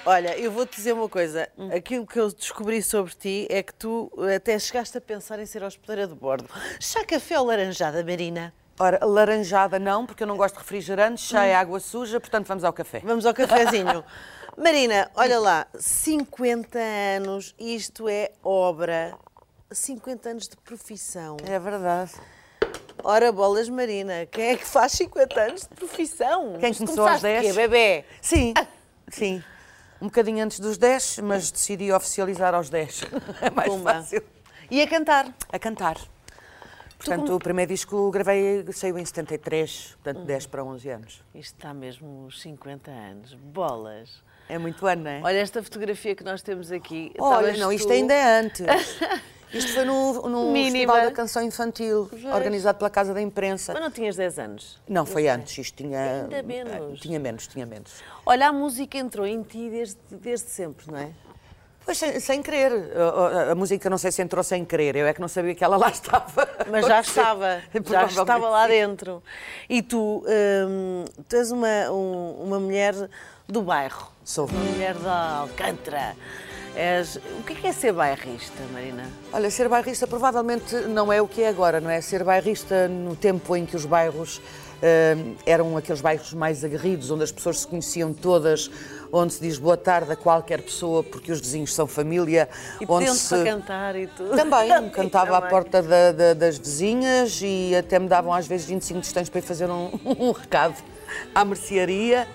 Olha, eu vou-te dizer uma coisa. Aquilo que eu descobri sobre ti é que tu até chegaste a pensar em ser hospedeira de bordo. Chá, café ou laranjada, Marina? Ora, laranjada não, porque eu não gosto de refrigerantes, chá é água suja, portanto vamos ao café. Vamos ao cafezinho. Marina, olha lá, 50 anos, isto é obra. 50 anos de profissão. É verdade. Ora, bolas, Marina, quem é que faz 50 anos de profissão? Quem começou aos 10? Quê, bebê? Sim, sim. Um bocadinho antes dos 10, mas decidi oficializar aos 10. É mais fácil. E a cantar? A cantar. Portanto, o primeiro disco gravei, saiu em 73, portanto 10 para 11 anos. Isto está mesmo uns 50 anos. Bolas. É muito ano, não é? Olha esta fotografia que nós temos aqui. Olha, não, isto ainda é antes. Isto foi no Mínima. Festival da Canção Infantil, organizado pela Casa da Imprensa. Mas não tinhas 10 anos? Não, foi antes. Isto tinha... Ainda menos. Tinha menos. Olha, a música entrou em ti desde sempre, não é? Pois, sem querer. A música não sei se entrou sem querer, eu é que não sabia que ela lá estava. Mas já estava lá dentro. E tu és uma mulher do bairro. Sou. Uma mulher da Alcântara. O que é ser bairrista, Marina? Olha, ser bairrista provavelmente não é o que é agora, não é? Ser bairrista no tempo em que os bairros eram aqueles bairros mais aguerridos, onde as pessoas se conheciam todas, onde se diz boa tarde a qualquer pessoa porque os vizinhos são família. E pediam-te para cantar e tudo. Também, cantava à porta das vizinhas e até me davam às vezes 25 tostões para ir fazer um recado à mercearia.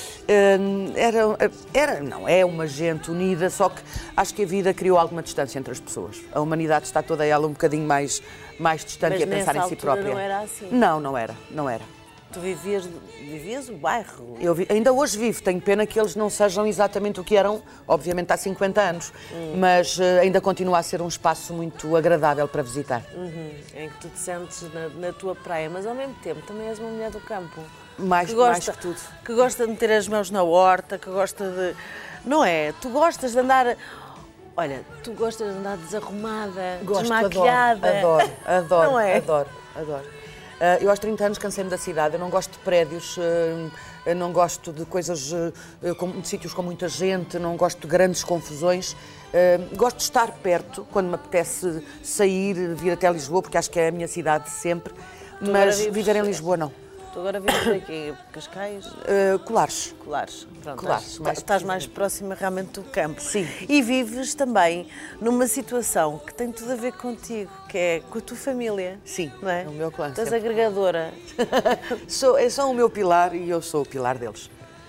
É uma gente unida, só que acho que a vida criou alguma distância entre as pessoas. A humanidade está toda ela um bocadinho mais distante e a pensar em si própria. Não era assim? Não era. Tu vivias o bairro? Ainda hoje vivo, tenho pena que eles não sejam exatamente o que eram, obviamente há 50 anos, mas ainda continua a ser um espaço muito agradável para visitar. Em que tu te sentes na tua praia, mas ao mesmo tempo também és uma mulher do campo. Mais que tudo. Que gosta de meter as mãos na horta, que gosta de... Não é? Tu gostas de andar... Olha, tu gostas de andar desarrumada, desmaquilhada. Adoro, não é? adoro. Eu aos 30 anos cansei-me da cidade, eu não gosto de prédios, eu não gosto de coisas, de sítios com muita gente, não gosto de grandes confusões. Gosto de estar perto, quando me apetece sair, vir até Lisboa, porque acho que é a minha cidade de sempre, mas viver em Lisboa não. Tu agora vives aqui, Cascais? Colares. Pronto, Colares, estás mais próxima realmente do campo. Sim. E vives também numa situação que tem tudo a ver contigo, que é com a tua família. Sim, não é? o meu clã. Tu és agregadora. São o meu pilar e eu sou o pilar deles.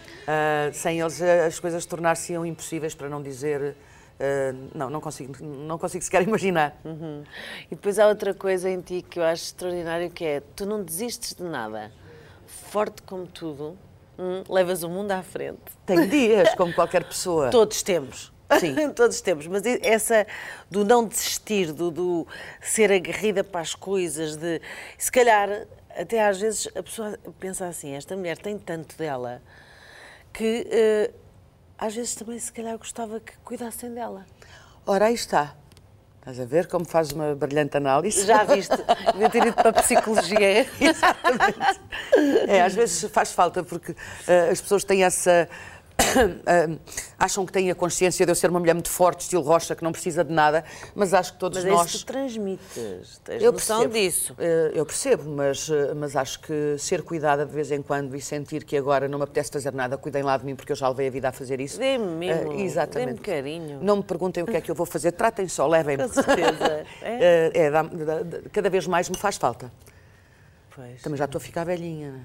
Sem eles as coisas tornar-se-iam impossíveis, para não dizer... não consigo sequer imaginar. E depois há outra coisa em ti que eu acho extraordinário, que é tu não desistes de nada. Forte como tudo, levas o mundo à frente. Tenho dias, como qualquer pessoa. Todos temos. Sim. Todos temos, mas essa do não desistir, do ser aguerrida para as coisas, de se calhar, até às vezes a pessoa pensa assim, esta mulher tem tanto dela que às vezes também se calhar gostava que cuidassem dela. Ora, aí está. Estás a ver como faz uma brilhante análise? Já viste? Devia ter ido para a psicologia. Exatamente. Às vezes faz falta, porque as pessoas têm essa... acham que têm a consciência de eu ser uma mulher muito forte, estilo Rocha, que não precisa de nada, mas acho que todos nós... Mas é isso que tu transmites, tens noção disso. Eu percebo, mas acho que ser cuidada de vez em quando e sentir que agora não me apetece fazer nada, cuidem lá de mim, porque eu já levei a vida a fazer isso. Dê-me mimo, exatamente. Dê-me carinho. Não me perguntem o que é que eu vou fazer, tratem só, levem-me. Com certeza. Cada vez mais me faz falta. Pois. Também já estou a ficar velhinha.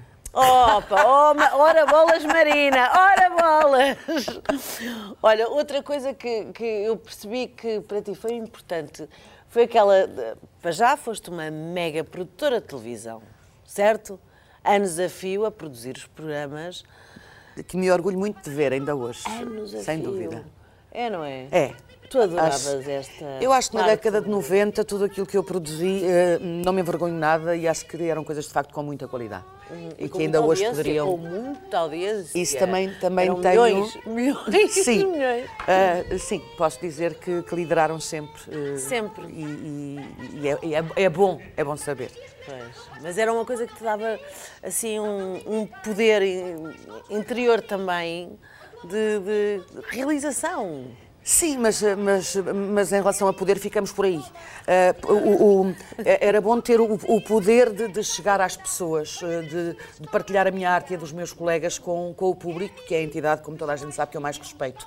Ora bolas, Marina, ora bolas! Olha, outra coisa que eu percebi que para ti foi importante foi aquela... Para já foste uma mega produtora de televisão, certo? Anos a fio a produzir os programas. Que me orgulho muito de ver ainda hoje. Anos a sem fio. dúvida. É, não é? É. Tu adoravas esta... Eu acho que na década de 90 tudo aquilo que eu produzi não me envergonho nada e acho que eram coisas de facto com muita qualidade. E que ainda hoje poderiam... Com muita audiência. Isso também eram tenho... Milhões sim. e milhões. Sim, posso dizer que lideraram sempre. Sempre. E é bom saber. Pois. Mas era uma coisa que te dava assim um poder interior também de realização. Sim, mas em relação a poder ficamos por aí. Era bom ter o poder de chegar às pessoas, de partilhar a minha arte e a dos meus colegas com o público, que é a entidade, como toda a gente sabe, que eu mais respeito.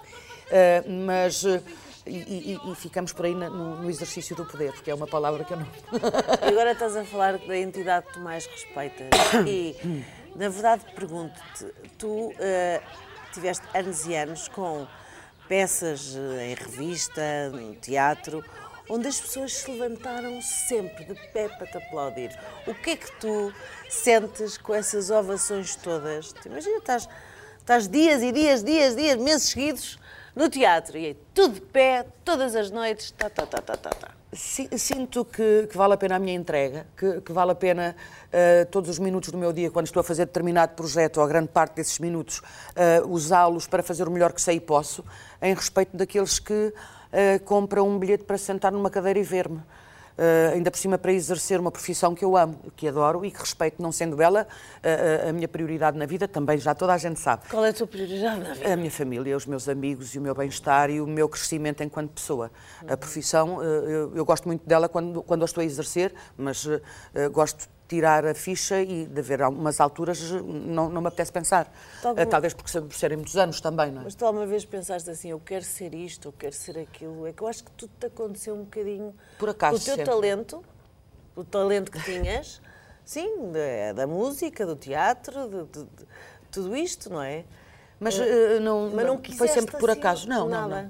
E ficamos por aí no exercício do poder, porque é uma palavra que eu não... E agora estás a falar da entidade que tu mais respeitas. E, na verdade, pergunto-te, tu tiveste anos e anos com peças em revista, no teatro, onde as pessoas se levantaram sempre de pé para te aplaudir. O que é que tu sentes com essas ovações todas? Imagina, estás dias e dias, meses seguidos no teatro e aí tudo de pé, todas as noites, Sinto que vale a pena a minha entrega, que vale a pena todos os minutos do meu dia, quando estou a fazer determinado projeto, ou a grande parte desses minutos, usá-los para fazer o melhor que sei e posso, em respeito daqueles que compram um bilhete para sentar numa cadeira e ver-me. Ainda por cima para exercer uma profissão que eu amo, que adoro e que respeito, não sendo ela a minha prioridade na vida, também já toda a gente sabe. Qual é a tua prioridade na vida? A minha família, os meus amigos e o meu bem-estar e o meu crescimento enquanto pessoa. A profissão, eu gosto muito dela quando a estou a exercer, mas gosto de tirar a ficha e de haver algumas alturas não me apetece pensar. Talvez por serem muitos anos também, não é? Mas tu alguma vez pensaste assim, eu quero ser isto, eu quero ser aquilo? É que eu acho que tudo te aconteceu um bocadinho... Por acaso, o teu sempre. talento, o talento que tinhas, sim, da música, do teatro, de tudo isto, não é? Mas não foi sempre por assim, acaso. Não.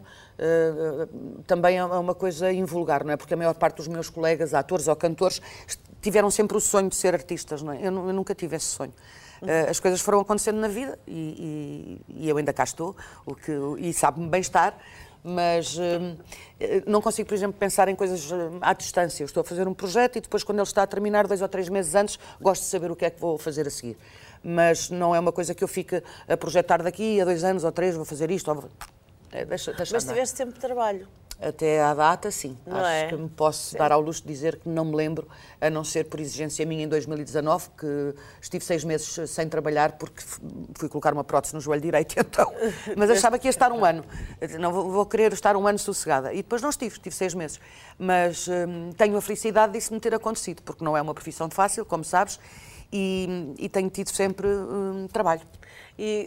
Também é uma coisa invulgar, não é? Porque a maior parte dos meus colegas, atores ou cantores, tiveram sempre o sonho de ser artistas, não é? Eu nunca tive esse sonho. As coisas foram acontecendo na vida e eu ainda cá estou, e sabe-me bem estar, mas não consigo, por exemplo, pensar em coisas à distância. Eu estou a fazer um projeto e depois, quando ele está a terminar, 2 ou 3 meses antes, gosto de saber o que é que vou fazer a seguir. Mas não é uma coisa que eu fique a projetar daqui a 2 anos ou 3, vou fazer isto. Deixa mas tiveste sempre trabalho. Até à data, sim. Acho que me posso dar ao luxo de dizer que não me lembro, a não ser por exigência minha em 2019, que estive 6 meses sem trabalhar porque fui colocar uma prótese no joelho direito, então. Mas achava que ia estar um ano. Não vou querer estar um ano sossegada. E depois não estive 6 meses. Mas tenho a felicidade disso me ter acontecido, porque não é uma profissão fácil, como sabes, e tenho tido sempre trabalho. E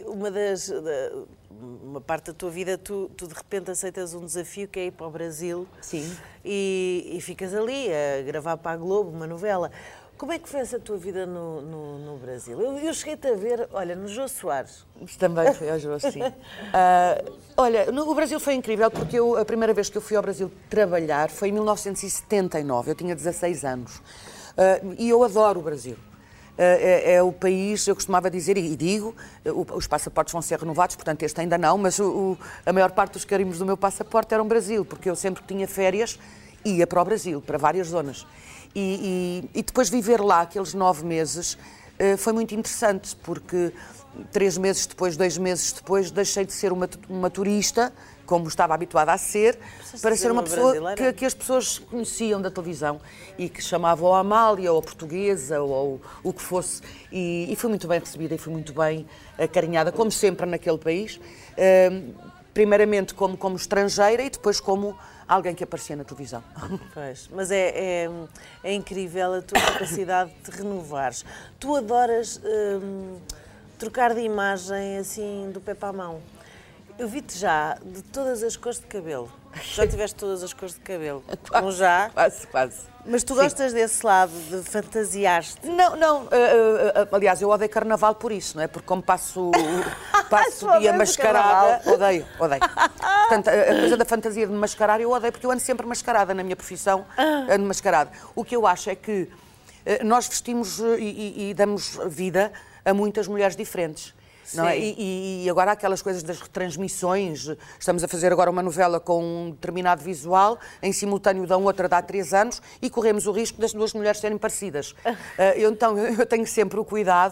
uma parte da tua vida, tu de repente aceitas um desafio que é ir para o Brasil. Sim. E ficas ali a gravar para a Globo uma novela. Como é que foi essa tua vida no Brasil? Eu cheguei-te a ver, olha, no Jô Soares. Também foi ao Jô, sim. Olha, o Brasil foi incrível porque a primeira vez que eu fui ao Brasil trabalhar foi em 1979, eu tinha 16 anos. E eu adoro o Brasil. É o país, eu costumava dizer, e digo, os passaportes vão ser renovados, portanto este ainda não, mas a maior parte dos carimbos do meu passaporte eram Brasil, porque eu sempre que tinha férias ia para o Brasil, para várias zonas. E depois viver lá aqueles 9 meses foi muito interessante, porque 3 meses depois, 2 meses depois, deixei de ser uma turista, como estava habituada a ser, para ser uma pessoa que as pessoas conheciam da televisão e que chamavam a Amália ou a Portuguesa ou o que fosse. E fui muito bem recebida e fui muito bem acarinhada, como sempre naquele país. Primeiramente como estrangeira e depois como alguém que aparecia na televisão. Pois, mas é incrível a tua capacidade de renovares. Tu adoras trocar de imagem assim do pé para a mão. Eu vi-te já de todas as cores de cabelo. Já tiveste todas as cores de cabelo? Não já? Quase. Mas tu gostas desse lado, de fantasiar-te? Não. Aliás, eu odeio carnaval por isso, não é? Porque como passo o dia mascarada, odeio. Portanto, a coisa da fantasia de mascarar eu odeio, porque eu ando sempre mascarada na minha profissão, ando mascarada. O que eu acho é que nós vestimos e damos vida a muitas mulheres diferentes. Não é? E agora há aquelas coisas das retransmissões, estamos a fazer agora uma novela com um determinado visual, em simultâneo dão outra de há 3 anos e corremos o risco das 2 mulheres serem parecidas. Então eu tenho sempre o cuidado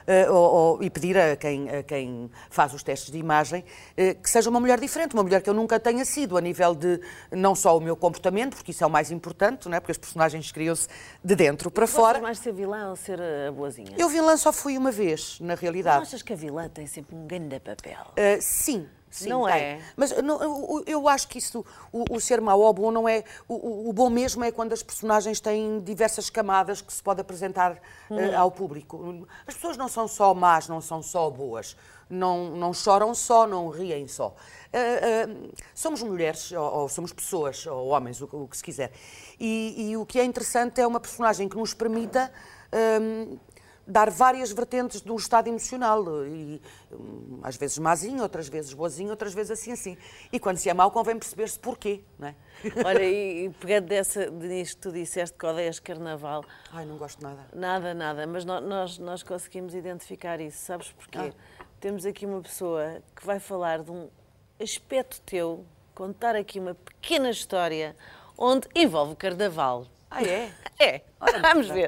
e pedir a quem faz os testes de imagem que seja uma mulher diferente, uma mulher que eu nunca tenha sido, a nível de não só o meu comportamento, porque isso é o mais importante, não é? Porque as personagens criam-se de dentro para fora. Gostas mais de ser vilã ou ser a boazinha? Eu vilã só fui uma vez, na realidade. Não achas que a vilã tem sempre um grande papel? Sim. Sim, não é? Mas eu acho que isso, o ser mau ou bom, não é. O bom mesmo é quando as personagens têm diversas camadas que se pode apresentar ao público. As pessoas não são só más, não são só boas. Não choram só, não riem só. Somos mulheres, ou somos pessoas, ou homens, o que se quiser. E o que é interessante é uma personagem que nos permita dar várias vertentes do estado emocional, e às vezes mazinho, outras vezes boazinho, outras vezes assim. E quando se é mau, convém perceber-se porquê, não é? Olha, e pegando nisto que tu disseste que odeias carnaval... Ai, não gosto de nada. Nada, mas nós conseguimos identificar isso, sabes porquê? Temos aqui uma pessoa que vai falar de um aspecto teu, contar aqui uma pequena história onde envolve o carnaval. Ah, é? É, ora, vamos ver.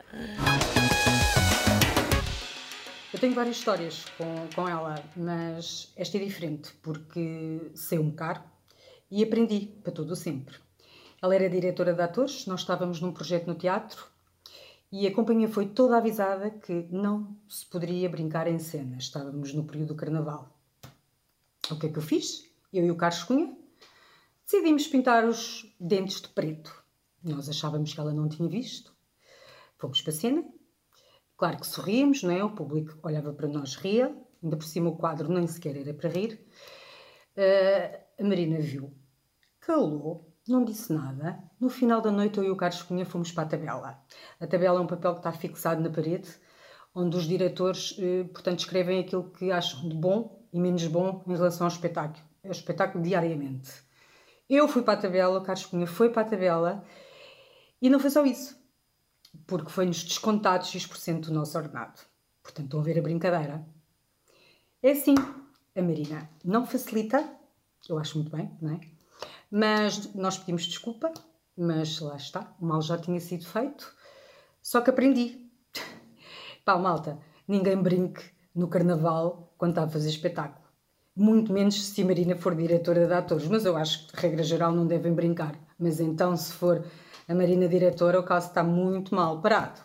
Eu tenho várias histórias com ela, mas esta é diferente, porque saiu-me caro e aprendi para todo o sempre. Ela era diretora de atores, nós estávamos num projeto no teatro e a companhia foi toda avisada que não se poderia brincar em cena. Estávamos no período do carnaval. O que é que eu fiz? Eu e o Carlos Cunha decidimos pintar os dentes de preto. Nós achávamos que ela não tinha visto. Fomos para a cena. Claro que sorríamos, não é? O público olhava para nós, ria. Ainda por cima o quadro nem sequer era para rir. A Marina viu, calou, não disse nada. No final da noite eu e o Carlos Cunha fomos para a tabela. A tabela é um papel que está fixado na parede, onde os diretores, portanto, escrevem aquilo que acham de bom e menos bom em relação ao espetáculo diariamente. Eu fui para a tabela, o Carlos Cunha foi para a tabela e não foi só isso. Porque foi-nos descontado X% do nosso ordenado. Portanto, estão a ver a brincadeira. É assim, a Marina não facilita, eu acho muito bem, não é? Mas nós pedimos desculpa, mas lá está, o mal já tinha sido feito, só que aprendi. Pá, malta, ninguém brinque no carnaval quando está a fazer espetáculo. Muito menos se a Marina for diretora de atores, mas eu acho que, de regra geral, não devem brincar. Mas então, se for a Marina diretora, o caso está muito mal parado.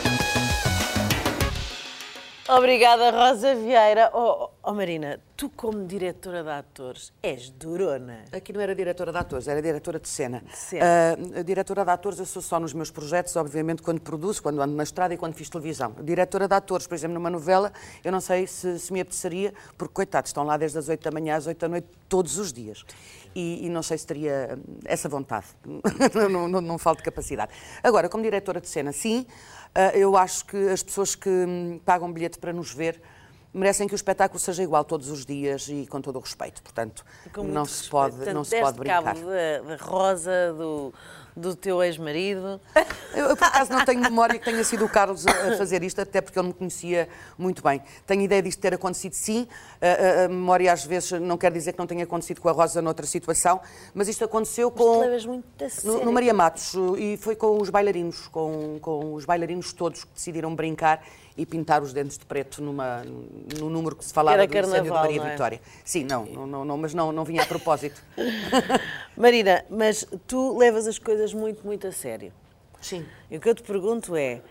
Obrigada, Rosa Vieira. Oh, Marina, tu como diretora de atores és durona. Aqui não era diretora de atores, era diretora de cena. A diretora de atores eu sou só nos meus projetos, obviamente, quando produzo, quando ando na estrada e quando fiz televisão. Diretora de atores, por exemplo, numa novela, eu não sei se me apeteceria, porque, coitados, estão lá desde as 8 da manhã às 8 da noite, todos os dias. E não sei se teria essa vontade, não falta capacidade. Agora, como diretora de cena, sim, eu acho que as pessoas que pagam bilhete para nos ver merecem que o espetáculo seja igual todos os dias e com todo o respeito. Portanto, não se pode brincar. Cabo da Rosa, do teu ex-marido. Eu, por acaso, não tenho memória que tenha sido o Carlos a fazer isto, até porque ele me conhecia muito bem. Tenho ideia disto ter acontecido, sim. A memória, às vezes, não quer dizer que não tenha acontecido com a Rosa noutra situação, mas isto aconteceu no Maria Matos, e foi com os bailarinos, com os bailarinos todos que decidiram brincar e pintar os dentes de preto no número que se falava do incêndio de Maria Vitória. Sim, mas não vinha a propósito. Marina, mas tu levas as coisas muito, muito a sério. Sim. E o que eu te pergunto é,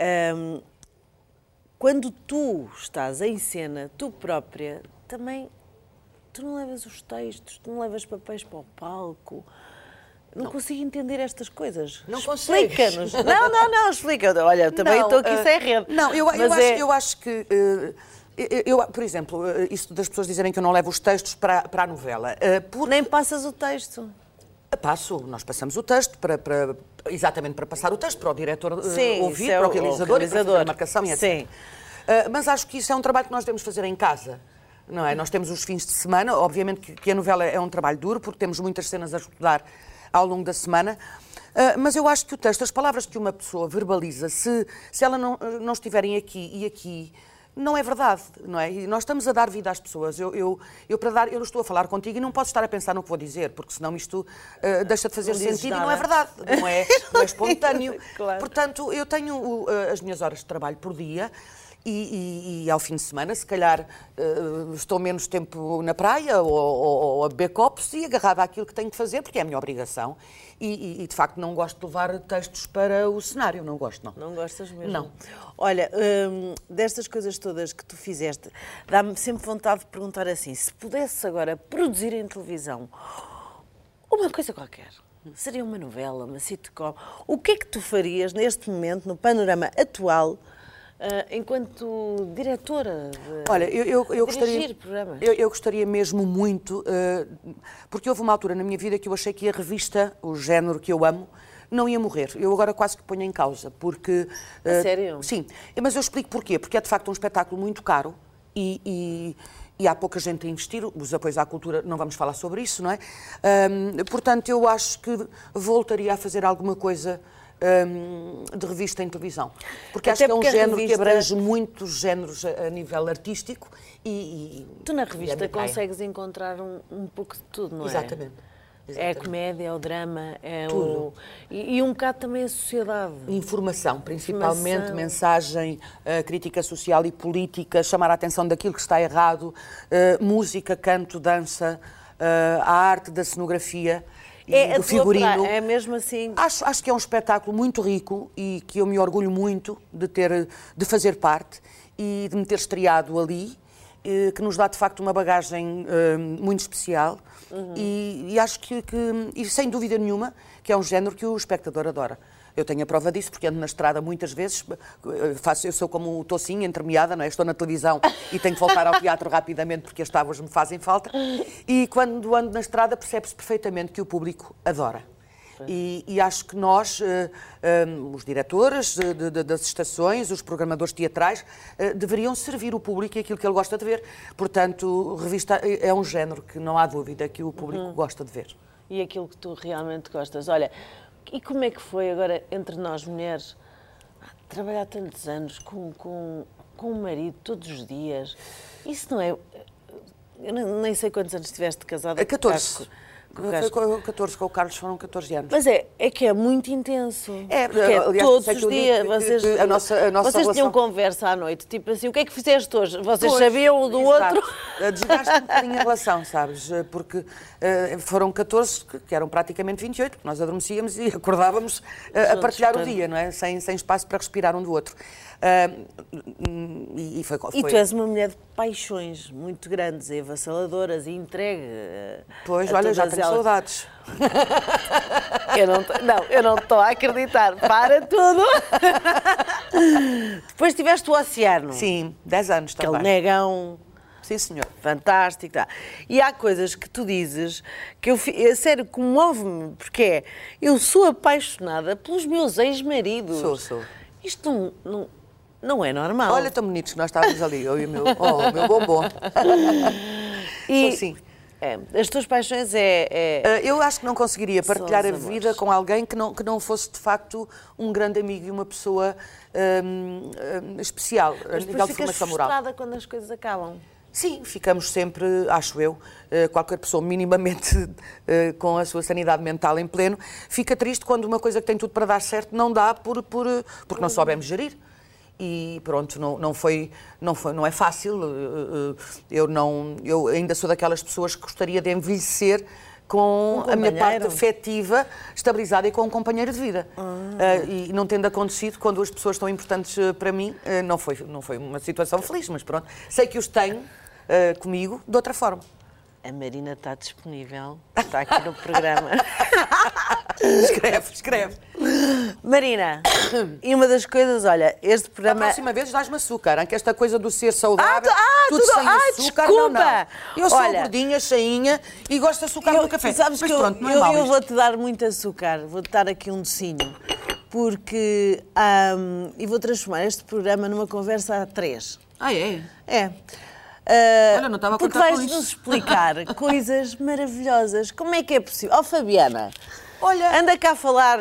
quando tu estás em cena, tu própria, também, tu não levas os textos, tu não levas papéis para o palco... Não consigo entender estas coisas. Não consegues? Explica-nos. Não, explica. Olha, também estou aqui sem rede. Não, eu acho que... por exemplo, isso das pessoas dizerem que eu não levo os textos para a novela. Nem passas o texto. Passo, nós passamos o texto exatamente para passar o texto, para o diretor ouvir, para o realizador e para fazer a marcação e etc. Sim. Mas acho que isso é um trabalho que nós devemos fazer em casa. Não é? Nós temos os fins de semana, obviamente que a novela é um trabalho duro, porque temos muitas cenas a estudar ao longo da semana, mas eu acho que o texto, as palavras que uma pessoa verbaliza, se ela não estiverem aqui e aqui, não é verdade, não é? E nós estamos a dar vida às pessoas. Eu estou a falar contigo e não posso estar a pensar no que vou dizer, porque senão isto deixa de fazer sentido e não é verdade, não é espontâneo. Claro. Portanto, eu tenho as minhas horas de trabalho por dia e ao fim de semana, se calhar, estou menos tempo na praia ou a beber copos e agarrada àquilo que tenho que fazer, porque é a minha obrigação. E de facto, não gosto de levar textos para o cenário, não gosto, não. Não gostas mesmo? Não. Olha, destas coisas todas que tu fizeste, dá-me sempre vontade de perguntar assim, se pudesse agora produzir em televisão uma coisa qualquer, seria uma novela, uma sitcom, o que é que tu farias neste momento, no panorama atual, enquanto diretora de Olha, eu gostaria, dirigir programas? eu gostaria mesmo muito, porque houve uma altura na minha vida que eu achei que a revista, o género que eu amo, não ia morrer. Eu agora quase que ponho em causa, porque... A sério? Sim, mas eu explico porquê. Porque é de facto um espetáculo muito caro e há pouca gente a investir, os apoios à cultura, não vamos falar sobre isso, não é? Portanto, eu acho que voltaria a fazer alguma coisa de revista em televisão. Porque acho que é um género que abrange muitos géneros a nível artístico e tu na revista consegues encontrar um pouco de tudo, não é? Exatamente. É a comédia, é o drama, é tudo. E um bocado também a sociedade. Informação, principalmente, mensagem, crítica social e política, chamar a atenção daquilo que está errado, música, canto, dança, a arte da cenografia. Do figurino. É mesmo assim? Acho que é um espetáculo muito rico e que eu me orgulho muito de fazer parte e de me ter estreado ali, que nos dá de facto uma bagagem muito especial e acho que, e sem dúvida nenhuma, que é um género que o espectador adora. Eu tenho a prova disso, porque ando na estrada muitas vezes, eu sou como o tocinho, entremeada, não é? Estou na televisão e tenho que voltar ao teatro rapidamente porque as tábuas me fazem falta. E quando ando na estrada percebe-se perfeitamente que o público adora. E acho que nós, os diretores das estações, os programadores teatrais, deveriam servir o público e aquilo que ele gosta de ver. Portanto, revista é um género que não há dúvida que o público gosta de ver. E aquilo que tu realmente gostas. Olha, e como é que foi agora, entre nós mulheres, trabalhar tantos anos com o marido todos os dias? Isso não é... Eu nem sei quantos anos estiveste casada. 14. Foi 14, com o Carlos foram 14 anos. Mas é que é muito intenso. Aliás, todos os dias. A nossa vocês relação... tinham conversa à noite, tipo assim, o que é que fizeste hoje? Vocês sabiam o do outro? Desgasta um bocadinho a relação, sabes? Porque foram 14, que eram praticamente 28, porque nós adormecíamos e acordávamos a partilhar o dia, não é? Sem espaço para respirar um do outro. E tu és uma mulher de paixões muito grandes e avassaladoras e entregue. Pois, olha, já tenho saudades. Eu não estou a acreditar. Para tudo! Depois tiveste o Oceano. Sim, 10 anos também. Aquele negão. Sim, senhor. Fantástico. Tá. E há coisas que tu dizes que a sério, comove-me, porque eu sou apaixonada pelos meus ex-maridos. Sou. Isto não é normal. Olha, tão bonitos que nós estávamos ali, eu e o meu bombom. E, sim. As tuas paixões eu acho que não conseguiria partilhar a vida com alguém que não fosse, de facto, um grande amigo e uma pessoa especial, a nível de formação moral. Mas frustrada quando as coisas acabam. Sim, ficamos sempre, acho eu, qualquer pessoa minimamente com a sua sanidade mental em pleno, fica triste quando uma coisa que tem tudo para dar certo não dá porque não soubemos gerir. E pronto, não é fácil. Eu ainda sou daquelas pessoas que gostaria de envelhecer com a minha parte afetiva estabilizada e com um companheiro de vida. E não tendo acontecido, quando as pessoas estão importantes para mim, não foi uma situação feliz, mas pronto. Sei que os tenho comigo de outra forma. A Marina está disponível, está aqui no programa. Escreve. Marina, e uma das coisas, olha, este programa... A próxima vez dás-me açúcar, que esta coisa do ser saudável, tudo sem açúcar, desculpa. Não. Eu sou gordinha, cheinha e gosto de açúcar no café. Sabes mas que pronto, não é mau eu vou-te dar muito açúcar, vou-te dar aqui um docinho, porque e vou transformar este programa numa conversa a 3. Ah, é? É. Olha, não estava a porque contar com vais-nos explicar coisas maravilhosas. Como é que é possível? Oh, Fabiana, olha, anda cá a falar...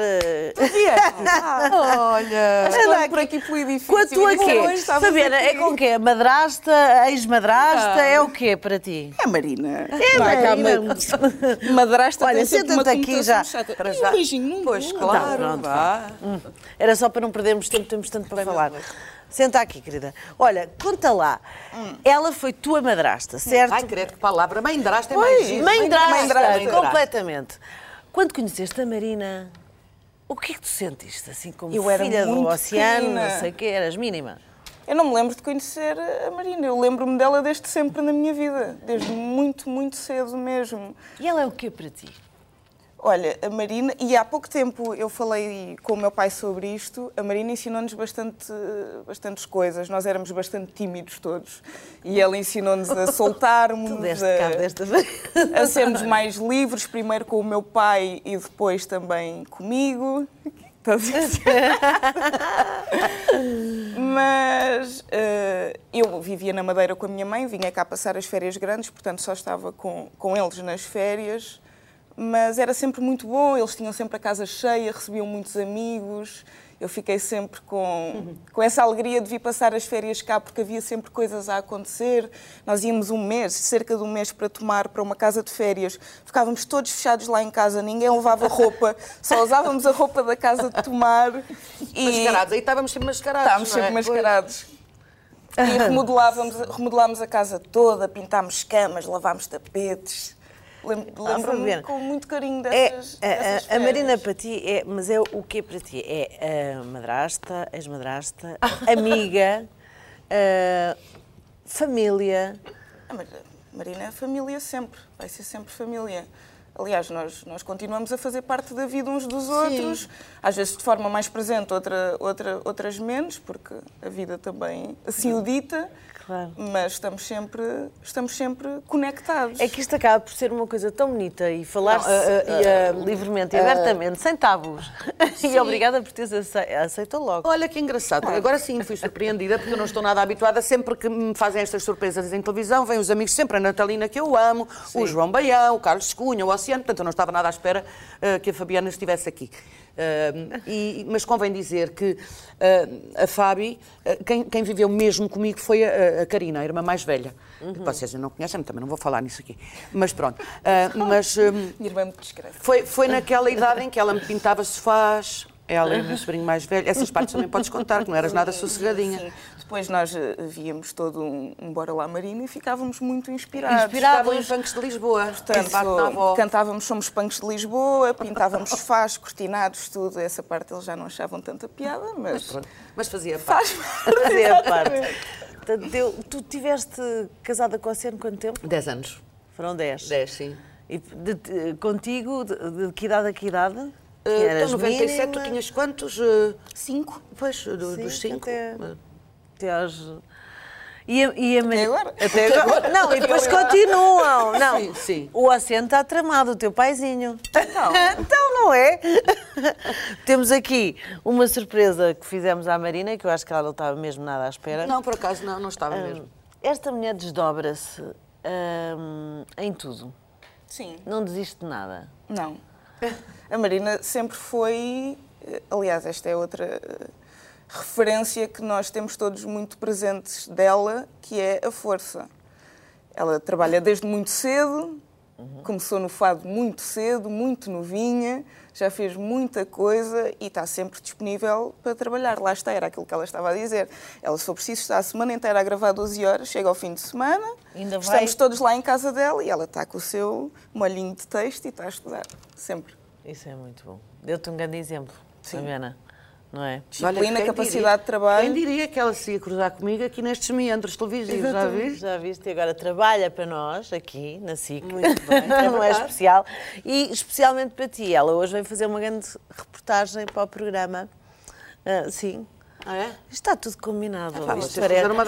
olha, anda por aqui pelo edifício. Com a tua quê? Fabiana, é com o quê? Madrasta, ex-madrasta, é o quê para ti? É Marina. Marina. Madrasta. Olha, senta-te aqui já. Para já. Um beijinho. Pois, claro. Pronto, vá. Era só para não perdermos tempo, temos tanto para falar. Senta aqui, querida. Olha, conta lá. Ela foi tua madrasta, certo? Ai, credo, que palavra. Mãe-drasta é Pois, mais giro. mãe-drasta, completamente. Quando conheceste a Marina, o que é que tu sentiste, assim, como Eu era filha do muito oceano, pequena. não sei o quê, eras mínima? Eu não me lembro de conhecer a Marina. Eu lembro-me dela desde sempre na minha vida. Desde muito, muito cedo mesmo. E ela é o quê para ti? Olha, a Marina, e há pouco tempo eu falei com o meu pai sobre isto, a Marina ensinou-nos bastantes coisas. Nós éramos bastante tímidos todos. E ela ensinou-nos a soltarmos, Tu deste cabo desta vez. a sermos mais livres, primeiro com o meu pai e depois também comigo. Estás a dizer? Mas eu vivia na Madeira com a minha mãe, vinha cá passar as férias grandes, portanto só estava com eles nas férias. Mas era sempre muito bom, eles tinham sempre a casa cheia, recebiam muitos amigos. Eu fiquei sempre com essa alegria de vir passar as férias cá, porque havia sempre coisas a acontecer. Nós íamos um mês, cerca de um mês, para tomar para uma casa de férias. Ficávamos todos fechados lá em casa, ninguém levava roupa, só usávamos a roupa da casa de tomar. Mascarados, aí estávamos sempre mascarados. Estávamos sempre mascarados. E remodelámos a casa toda, pintámos camas, lavámos tapetes. Lembro-me com muito carinho dessas A férias. Marina para ti é, mas é o quê para ti? É a madrasta, ex-madrasta, amiga, família. Marina é família sempre, vai ser sempre família. Aliás, nós continuamos a fazer parte da vida uns dos outros, às vezes de forma mais presente, outras menos, porque a vida também assim o dita. Claro. Mas estamos sempre conectados. É que isto acaba por ser uma coisa tão bonita e falar-se livremente e abertamente, sem tabus. E obrigada por teres aceito logo. Olha que engraçado. Agora sim fui surpreendida, porque eu não estou nada habituada. Sempre que me fazem estas surpresas em televisão, vêm os amigos, sempre a Natalina, que eu amo, o João Baião, o Carlos Cunha, o Oceano. Portanto, eu não estava nada à espera que a Fabiana estivesse aqui. Mas convém dizer que a Fábia, quem viveu mesmo comigo foi a Karina, a irmã mais velha. Que vocês não conhecem, também não vou falar nisso aqui. Mas pronto. Minha irmã é muito discreta. Foi naquela idade em que ela me pintava sofás, ela e o meu sobrinho mais velho. Essas partes também podes contar, que não eras nada sossegadinha. Sim. Depois nós víamos todo um Bora Lá Marina e ficávamos muito inspirados. Estavam em punks de Lisboa. Portanto, cantávamos Somos Punks de Lisboa, pintávamos sofás, cortinados, tudo. Essa parte eles já não achavam tanta piada, Mas fazia parte. Fazia parte. Portanto, tu tiveste casada com o Oceano quanto tempo? 10 anos. Foram 10. 10, sim. E contigo, de que idade a que idade? Então, 97, tu tinhas quantos? 5. Pois, dos 5. Até aos... Até agora? Até agora. Não, e depois continuam. Não. Sim. O Oceano está tramado, o teu paizinho. Então. Então, não é? Temos aqui uma surpresa que fizemos à Marina, que eu acho que ela não estava mesmo nada à espera. Não, por acaso não estava mesmo. Esta mulher desdobra-se em tudo. Sim. Não desiste de nada. Não. A Marina sempre foi... Aliás, esta é outra referência que nós temos todos muito presentes dela, que é a força. Ela trabalha desde muito cedo, começou no fado muito cedo, muito novinha, já fez muita coisa e está sempre disponível para trabalhar. Lá está, era aquilo que ela estava a dizer. Ela, se for preciso, está a semana inteira a gravar 12 horas, chega ao fim de semana, estamos todos lá em casa dela e ela está com o seu molhinho de texto e está a estudar, sempre. Isso é muito bom. Deu-te um grande exemplo, Fabiana, não é? Disciplina, capacidade de trabalho. Quem diria que ela se ia cruzar comigo aqui nestes meandros televisivos, já viste? Já viste, e agora trabalha para nós, aqui, na SIC. Muito bem, Não é especial. E especialmente para ti, ela hoje vem fazer uma grande reportagem para o programa. Sim. Ah, é? Está tudo combinado. Isto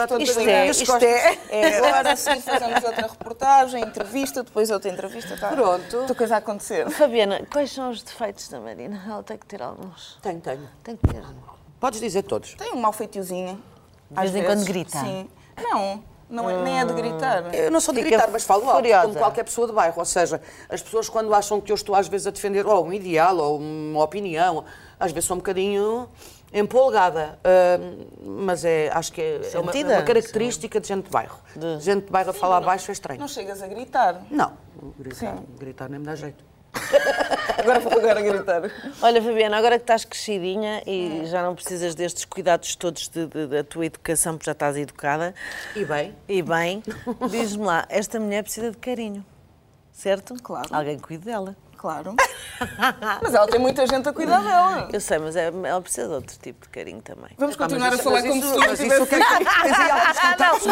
é. Agora sim fazemos outra reportagem, entrevista, depois outra entrevista. Tá? Pronto. Outra coisa a acontecer. Fabiana, quais são os defeitos da Marina? Ela tem que ter alguns. Tenho. Tem que ter. Podes dizer todos. Tem um mau feitiozinho. De vez em quando grita. Sim. Não, nem é de gritar. Eu não sou de Fica gritar, mas falo alto, furiosa. como qualquer pessoa de bairro. Ou seja, as pessoas quando acham que eu estou às vezes a defender ou um ideal ou uma opinião, às vezes sou um bocadinho empolgada. Mas acho que é uma característica de gente de bairro. Gente de bairro a falar baixo é estranho. Não chegas a gritar. Não, gritar nem me dá jeito. Agora vou agora gritar. Olha, Fabiana, agora que estás crescidinha e já não precisas destes cuidados todos da tua educação, porque já estás educada. E bem? E bem, diz-me lá, esta mulher precisa de carinho, certo? Claro. Alguém cuide dela. Claro. Mas ela tem muita gente a cuidar dela. Eu sei, mas ela precisa de outro tipo de carinho também. Vamos continuar a falar como se tu Mas isso o que é que tens aí alguns contactos?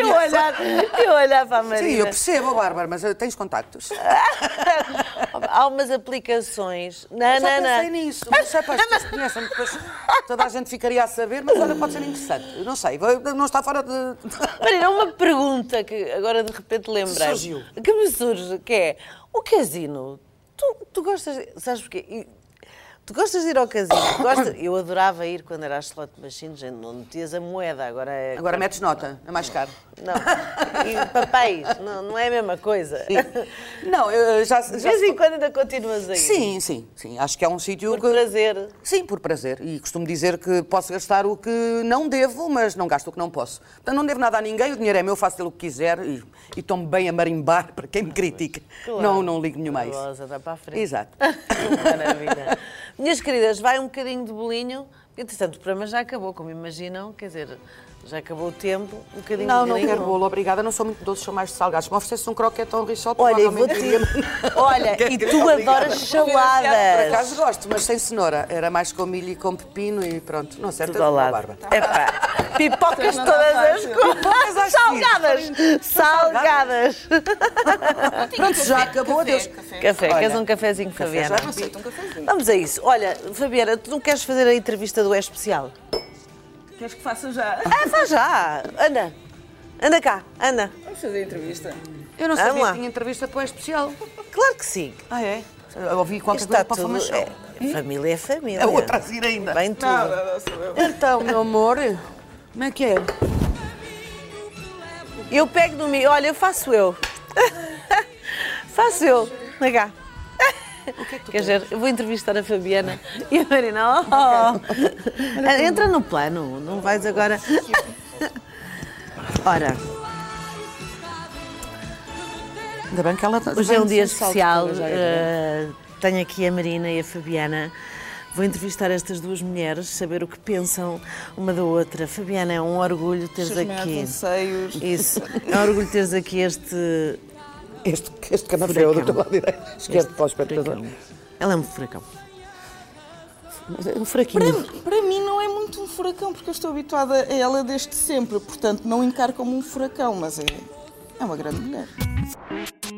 Eu olhar para a Marina. Sim, eu percebo, Bárbara, mas tens contactos? Há umas aplicações. Não, Já não, pensei não. nisso. Não sei, pá, as pessoas conhecem, depois toda a gente ficaria a saber, mas olha, pode ser interessante. Eu não sei, não está fora de... Marina, uma pergunta que agora de repente lembrei. Surgiu. Que me surge, que é, o casino, tu gostas, sabes porquê? Tu gostas de ir ao casino? Eu adorava ir quando era às slot machines, gente, não metias a moeda, agora é... Agora metes nota, é mais caro. Não, e papéis, não é a mesma coisa. Não, eu já... De vez em quando ainda continuas a ir. Sim, acho que é um sítio Por que... prazer. Sim, por prazer. E costumo dizer que posso gastar o que não devo, mas não gasto o que não posso. Portanto, não devo nada a ninguém, o dinheiro é meu, faço dele o que quiser e estou-me bem a marimbar para quem me critica. Claro. Não ligo nenhuma a isso. Rosa, dá para a frente. Exato. Maravilha. Minhas queridas, vai um bocadinho de bolinho. Entretanto, o programa já acabou, como imaginam, quer dizer, já acabou o tempo, um bocadinho Não, de não bolinho. quero bolo, obrigada. Não sou muito doce, sou mais de salgados. Se me oferecesse um croquete ou um risol, Olha, e provavelmente vou-te... iria- Olha, e tu Obrigada. adoras Por saladas. acaso gosto, mas sem cenoura. Era mais com milho e com pepino e pronto. Não sei, Tudo ao lado. Bárbara. Epá, pipocas Não todas dá as fácil. cores. acho Salgadas. Salgadas. Pronto, já acabou, adeus. Café, Olha, queres um cafezinho, Fabiana? já. Aceito um cafezinho. Vamos a isso. Olha, Fabiana, tu não queres fazer a entrevista do É Especial? Queres que faça já? Ah, faz já. Anda. Anda cá, anda. Vamos fazer a entrevista. Eu não Vamos sabia lá. que tinha entrevista para o especial. Claro que sim. Ah, é? Eu ouvi qualquer Isto coisa está para a tudo... Fama Show. Família é família. A outra a seguir ainda. Bem tudo. Não sou eu. Então, meu amor, como é que é? Eu pego no meu. Olha, eu faço eu. Faço eu. Anda cá. O que é que tu Quer dizer, eu vou entrevistar a Fabiana e a Marina. Entra no plano, não vais agora. Ora. Ainda bem que ela... Hoje é um dia sem salto, especial. já é. Tenho aqui a Marina e a Fabiana. Vou entrevistar estas duas mulheres, saber o que pensam uma da outra. Fabiana, é um orgulho teres aqui. Anseios. Isso, é um orgulho teres aqui este. Este canapé do teu lado direito. Esquerdo para o espectador. Ela é um furacão. Um fraquinho. Para mim não é muito um furacão, porque eu estou habituada a ela desde sempre, portanto não encaro como um furacão, mas é uma grande mulher.